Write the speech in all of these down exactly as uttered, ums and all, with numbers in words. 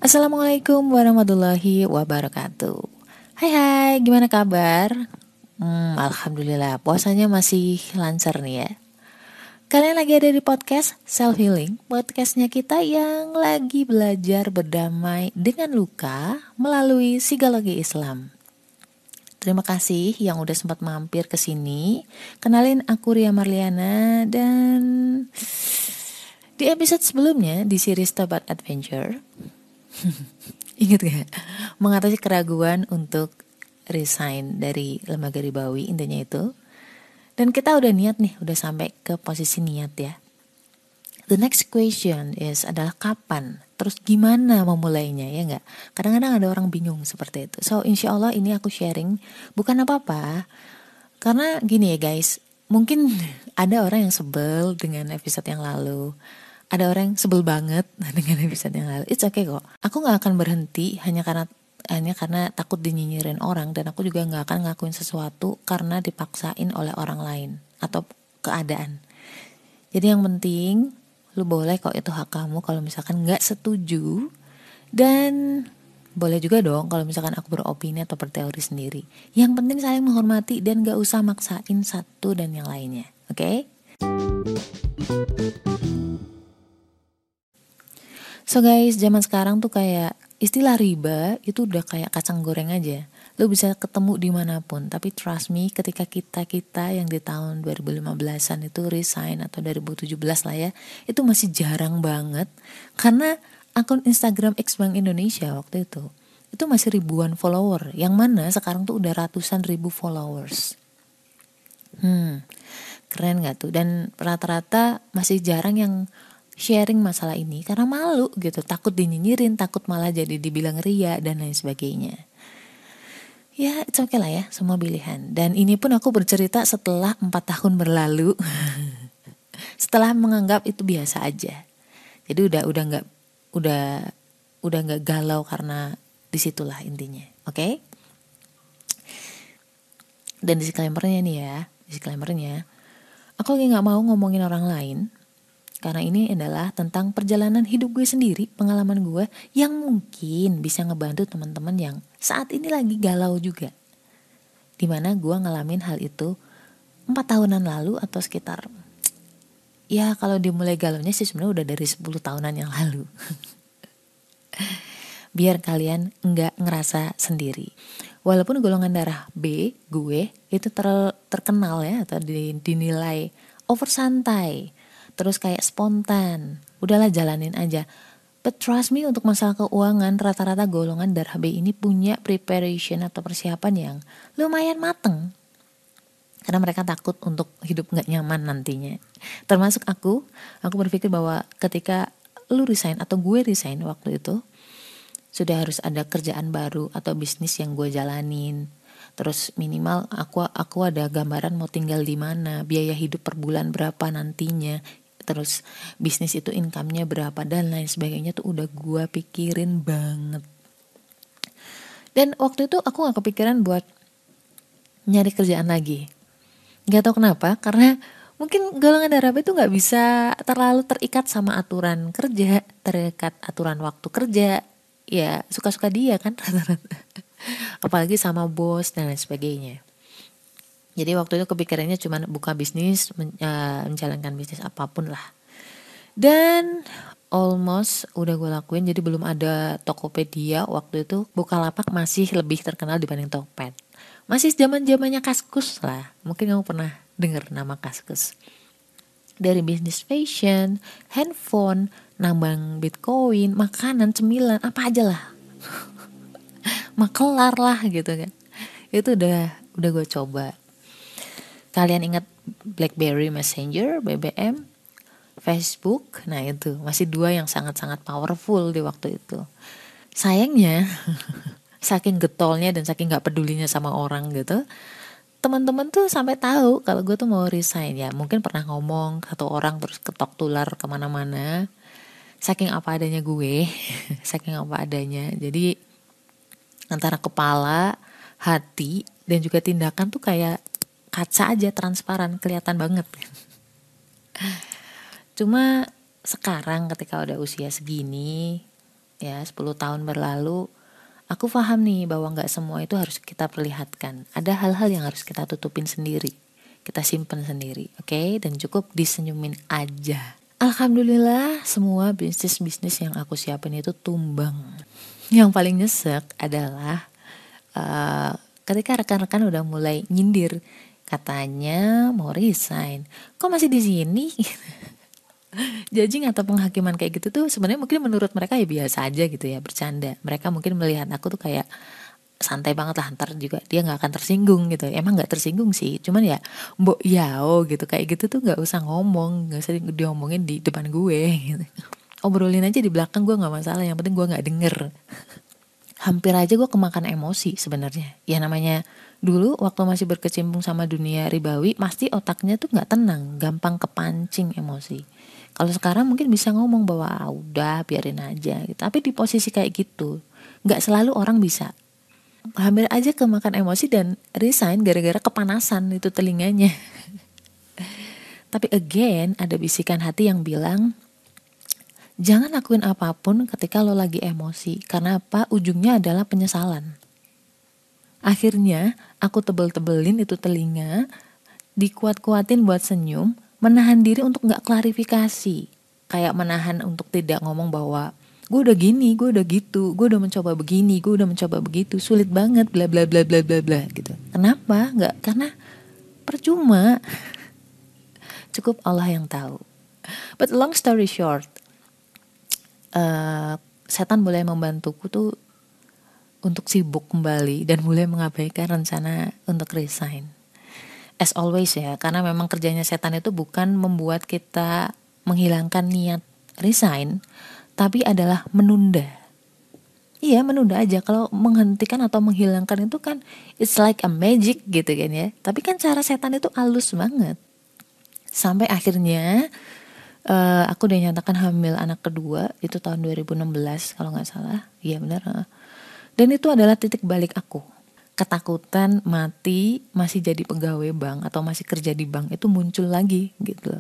Assalamualaikum warahmatullahi wabarakatuh. Hai hai, gimana kabar? Hmm, Alhamdulillah, puasanya masih lancar nih ya. Kalian lagi ada di podcast Self Healing, podcastnya kita yang lagi belajar berdamai dengan luka melalui psikologi Islam. Terima kasih yang udah sempat mampir ke sini. Kenalin, aku Ria Marliana, dan di episode sebelumnya di series Tobat Adventure, ingat gak? Mengatasi keraguan untuk resign dari lembaga ribawi, intinya itu. Dan kita udah niat nih, udah sampai ke posisi niat ya. The next question is adalah kapan? Terus gimana memulainya, ya nggak? Kadang-kadang ada orang bingung seperti itu. So insya Allah ini aku sharing bukan apa-apa. Karena gini ya guys, mungkin ada orang yang sebel dengan episode yang lalu. Ada orang yang sebel banget dengan episode yang lalu. It's okay kok. Aku nggak akan berhenti hanya karena hanya karena takut dinyinyirin orang, dan aku juga nggak akan ngelakuin sesuatu karena dipaksain oleh orang lain atau keadaan. Jadi yang penting lu boleh kok, itu hak kamu kalau misalkan nggak setuju, dan boleh juga dong kalau misalkan aku beropini atau berteori sendiri. Yang penting saling menghormati dan gak usah maksain satu dan yang lainnya. Oke? Okay? So guys, zaman sekarang tuh kayak istilah riba itu udah kayak kacang goreng aja. Lo bisa ketemu dimanapun. Tapi trust me, ketika kita-kita yang di tahun dua ribu lima belasan itu resign, atau dua ribu tujuh belas lah ya, itu masih jarang banget. Karena akun Instagram X Bank Indonesia waktu itu itu masih ribuan follower, yang mana sekarang tuh udah ratusan ribu followers. Hmm, keren gak tuh? Dan rata-rata masih jarang yang sharing masalah ini karena malu gitu, takut dinyinyirin, takut malah jadi dibilang ria dan lain sebagainya. Ya, it's okay lah ya, semua pilihan. Dan ini pun aku bercerita setelah empat tahun berlalu. Setelah menganggap itu biasa aja. Jadi udah udah nggak udah udah nggak galau karena disitulah intinya, oke? Okay? Dan disclaimernya nih ya, disclaimernya, aku lagi nggak mau ngomongin orang lain. Karena ini adalah tentang perjalanan hidup gue sendiri, pengalaman gue yang mungkin bisa ngebantu teman-teman yang saat ini lagi galau juga. Dimana gue ngalamin hal itu empat tahunan lalu, atau sekitar, ya kalau dimulai galaunya sih sebenarnya udah dari sepuluh tahunan yang lalu. Biar kalian nggak ngerasa sendiri. Walaupun golongan darah B, gue, itu ter- terkenal ya, atau dinilai over santai, terus kayak spontan, udahlah jalanin aja. But trust me, untuk masalah keuangan, rata-rata golongan darah B ini punya preparation atau persiapan yang lumayan mateng. Karena mereka takut untuk hidup gak nyaman nantinya. Termasuk aku, aku berpikir bahwa ketika lu resign atau gue resign waktu itu, sudah harus ada kerjaan baru atau bisnis yang gue jalanin. Terus minimal aku aku ada gambaran mau tinggal di mana, biaya hidup per bulan berapa nantinya. Terus bisnis itu income-nya berapa dan lain sebagainya tuh udah gue pikirin banget. Dan waktu itu aku gak kepikiran buat nyari kerjaan lagi. Gak tahu kenapa, karena mungkin golongan darah B itu gak bisa terlalu terikat sama aturan kerja, terikat aturan waktu kerja. Ya suka-suka dia kan rata-rata. Apalagi sama bos dan lain sebagainya. Jadi waktu itu kepikirannya cuma buka bisnis, men, uh, menjalankan bisnis apapun lah. Dan almost udah gue lakuin. Jadi belum ada Tokopedia waktu itu, Bukalapak masih lebih terkenal dibanding Tokped. Masih zaman-zamannya Kaskus lah. Mungkin kamu pernah dengar nama Kaskus. Dari bisnis fashion, handphone, nambang bitcoin, makanan, cemilan, apa aja lah. Makelar lah gitu kan. Itu udah udah gue coba. Kalian ingat BlackBerry Messenger, B B M, Facebook? Nah itu masih dua yang sangat-sangat powerful di waktu itu. Sayangnya saking getolnya dan saking gak pedulinya sama orang gitu, teman-teman tuh sampai tahu kalau gue tuh mau resign. Ya mungkin pernah ngomong satu orang terus ketok tular kemana-mana. Saking apa adanya gue, saking apa adanya. Jadi antara kepala, hati, dan juga tindakan tuh kayak kaca aja, transparan, kelihatan banget. Cuma sekarang ketika udah usia segini, ya sepuluh tahun berlalu, aku paham nih bahwa gak semua itu harus kita perlihatkan. Ada hal-hal yang harus kita tutupin sendiri, kita simpen sendiri, oke? Okay? Dan cukup disenyumin aja. Alhamdulillah semua bisnis-bisnis yang aku siapin itu tumbang. Yang paling nyesek adalah uh, ketika rekan-rekan udah mulai nyindir, katanya mau resign, kok masih di sini? Judging atau penghakiman kayak gitu tuh sebenarnya mungkin menurut mereka ya biasa aja gitu ya, bercanda. Mereka mungkin melihat aku tuh kayak santai banget lah, ntar juga dia nggak akan tersinggung gitu. Emang nggak tersinggung sih, cuman ya mbok yao gitu, kayak gitu tuh nggak usah ngomong, nggak usah diomongin di depan gue gitu. Obrolin aja di belakang gue nggak masalah, yang penting gue nggak denger. Hampir aja gue kemakan emosi sebenarnya. Ya namanya dulu waktu masih berkecimpung sama dunia ribawi, pasti otaknya tuh nggak tenang, gampang kepancing emosi. Kalau sekarang mungkin bisa ngomong bahwa ah, udah biarin aja gitu. Tapi di posisi kayak gitu, nggak selalu orang bisa. Hampir aja kemakan emosi dan resign gara-gara kepanasan itu telinganya. Tapi again ada bisikan hati yang bilang, jangan lakuin apapun ketika lo lagi emosi. Karena apa? Ujungnya adalah penyesalan. Akhirnya aku tebel-tebelin itu telinga, dikuat-kuatin buat senyum, menahan diri untuk gak klarifikasi. Kayak menahan untuk tidak ngomong bahwa gue udah gini, gue udah gitu, gue udah mencoba begini, gue udah mencoba begitu, sulit banget, bla bla bla bla bla bla gitu. Kenapa? Gak, karena percuma. Cukup Allah yang tahu. But long story short, uh, setan mulai membantuku tuh untuk sibuk kembali dan mulai mengabaikan rencana untuk resign. As always ya, karena memang kerjanya setan itu bukan membuat kita menghilangkan niat resign, tapi adalah menunda. Iya, menunda aja. Kalau menghentikan atau menghilangkan itu kan it's like a magic gitu kan ya. Tapi kan cara setan itu halus banget. Sampai akhirnya uh, aku udah nyatakan hamil anak kedua, itu tahun dua ribu enam belas kalau gak salah. Iya benar. Dan itu adalah titik balik aku. Ketakutan mati masih jadi pegawai bank atau masih kerja di bank itu muncul lagi gitu loh.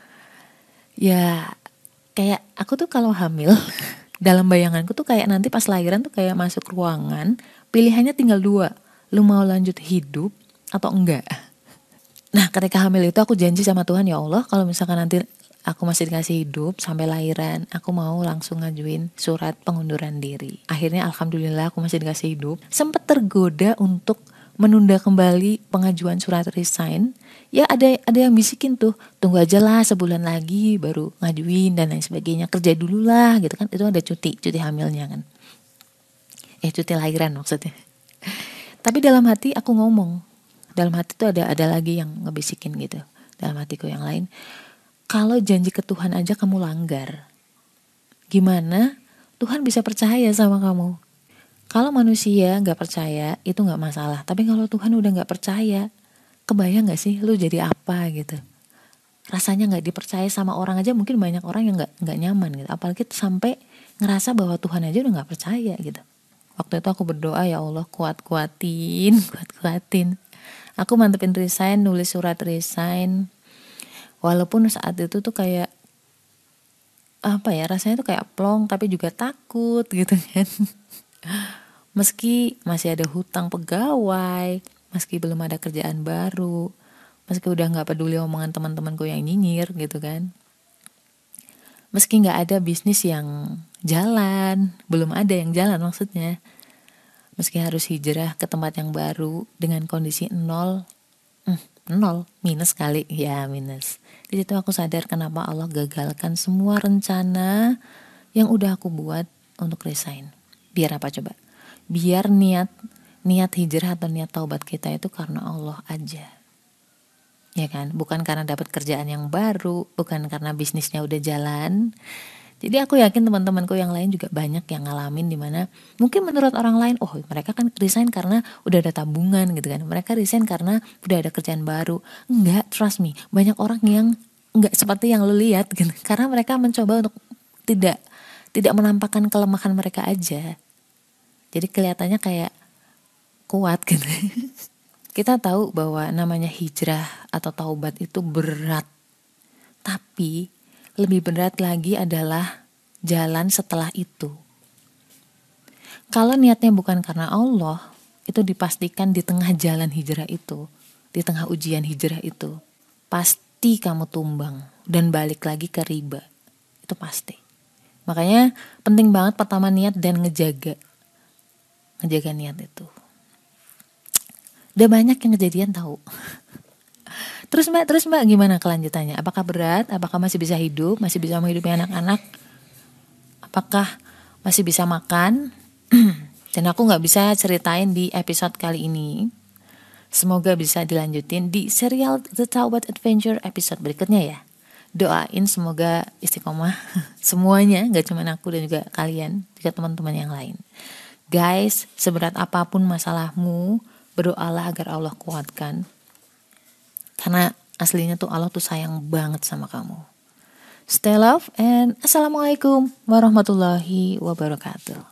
Ya kayak aku tuh kalau hamil dalam bayanganku tuh kayak nanti pas lahiran tuh kayak masuk ruangan, pilihannya tinggal dua, lu mau lanjut hidup atau enggak. Nah ketika hamil itu aku janji sama Tuhan, ya Allah kalau misalkan nanti aku masih dikasih hidup sampai lahiran, aku mau langsung ngajuin surat pengunduran diri. Akhirnya alhamdulillah aku masih dikasih hidup. Sempat tergoda untuk menunda kembali pengajuan surat resign. Ya ada ada yang bisikin tuh, tunggu aja lah sebulan lagi baru ngajuin dan lain sebagainya. Kerja dulu lah gitu kan. Itu ada cuti, cuti hamilnya kan. Eh cuti lahiran maksudnya. Tapi dalam hati aku ngomong. Dalam hati tuh ada ada lagi yang ngebisikin gitu. Dalam hatiku yang lain, kalau janji ke Tuhan aja kamu langgar, gimana Tuhan bisa percaya sama kamu? Kalau manusia gak percaya itu gak masalah. Tapi kalau Tuhan udah gak percaya, kebayang gak sih lu jadi apa gitu? Rasanya gak dipercaya sama orang aja mungkin banyak orang yang gak, gak nyaman gitu. Apalagi sampai ngerasa bahwa Tuhan aja udah gak percaya gitu. Waktu itu aku berdoa, ya Allah kuat-kuatin, kuat-kuatin. Aku mantepin resign, nulis surat resign. Walaupun saat itu tuh kayak apa ya, rasanya tuh kayak plong tapi juga takut gitu kan. Meski masih ada hutang pegawai, meski belum ada kerjaan baru, meski udah gak peduli omongan teman-temanku yang nyinyir gitu kan. Meski gak ada bisnis yang jalan, belum ada yang jalan maksudnya. Meski harus hijrah ke tempat yang baru dengan kondisi nol, hmm, nol, minus kali, ya minus. Di situ aku sadar kenapa Allah gagalkan semua rencana yang udah aku buat untuk resign. Biar apa coba? Biar niat niat hijrah atau niat taubat kita itu karena Allah aja. Ya kan? Bukan karena dapat kerjaan yang baru, bukan karena bisnisnya udah jalan. Jadi aku yakin teman-temanku yang lain juga banyak yang ngalamin dimana mungkin menurut orang lain, oh mereka kan resign karena udah ada tabungan gitu kan. Mereka resign karena udah ada kerjaan baru. Enggak, trust me, banyak orang yang enggak seperti yang lu lihat gitu. Karena mereka mencoba untuk tidak tidak menampakkan kelemahan mereka aja. Jadi kelihatannya kayak kuat gitu. Kita tahu bahwa namanya hijrah atau taubat itu berat. Tapi lebih berat lagi adalah jalan setelah itu. Kalau niatnya bukan karena Allah, itu dipastikan di tengah jalan hijrah itu, di tengah ujian hijrah itu, pasti kamu tumbang dan balik lagi ke riba. Itu pasti. Makanya penting banget pertama niat dan ngejaga. Ngejaga niat itu. Udah banyak yang kejadian tahu. Terus mbak, terus mbak gimana kelanjutannya? Apakah berat? Apakah masih bisa hidup? Masih bisa menghidupi anak-anak? Apakah masih bisa makan? Dan aku gak bisa ceritain di episode kali ini. Semoga bisa dilanjutin di serial The Taubat Adventure episode berikutnya ya. Doain semoga istiqomah semuanya, gak cuma aku dan juga kalian, juga teman-teman yang lain. Guys, seberat apapun masalahmu, berdoalah agar Allah kuatkan. Karena aslinya tuh Allah tuh sayang banget sama kamu. Stay love and assalamualaikum warahmatullahi wabarakatuh.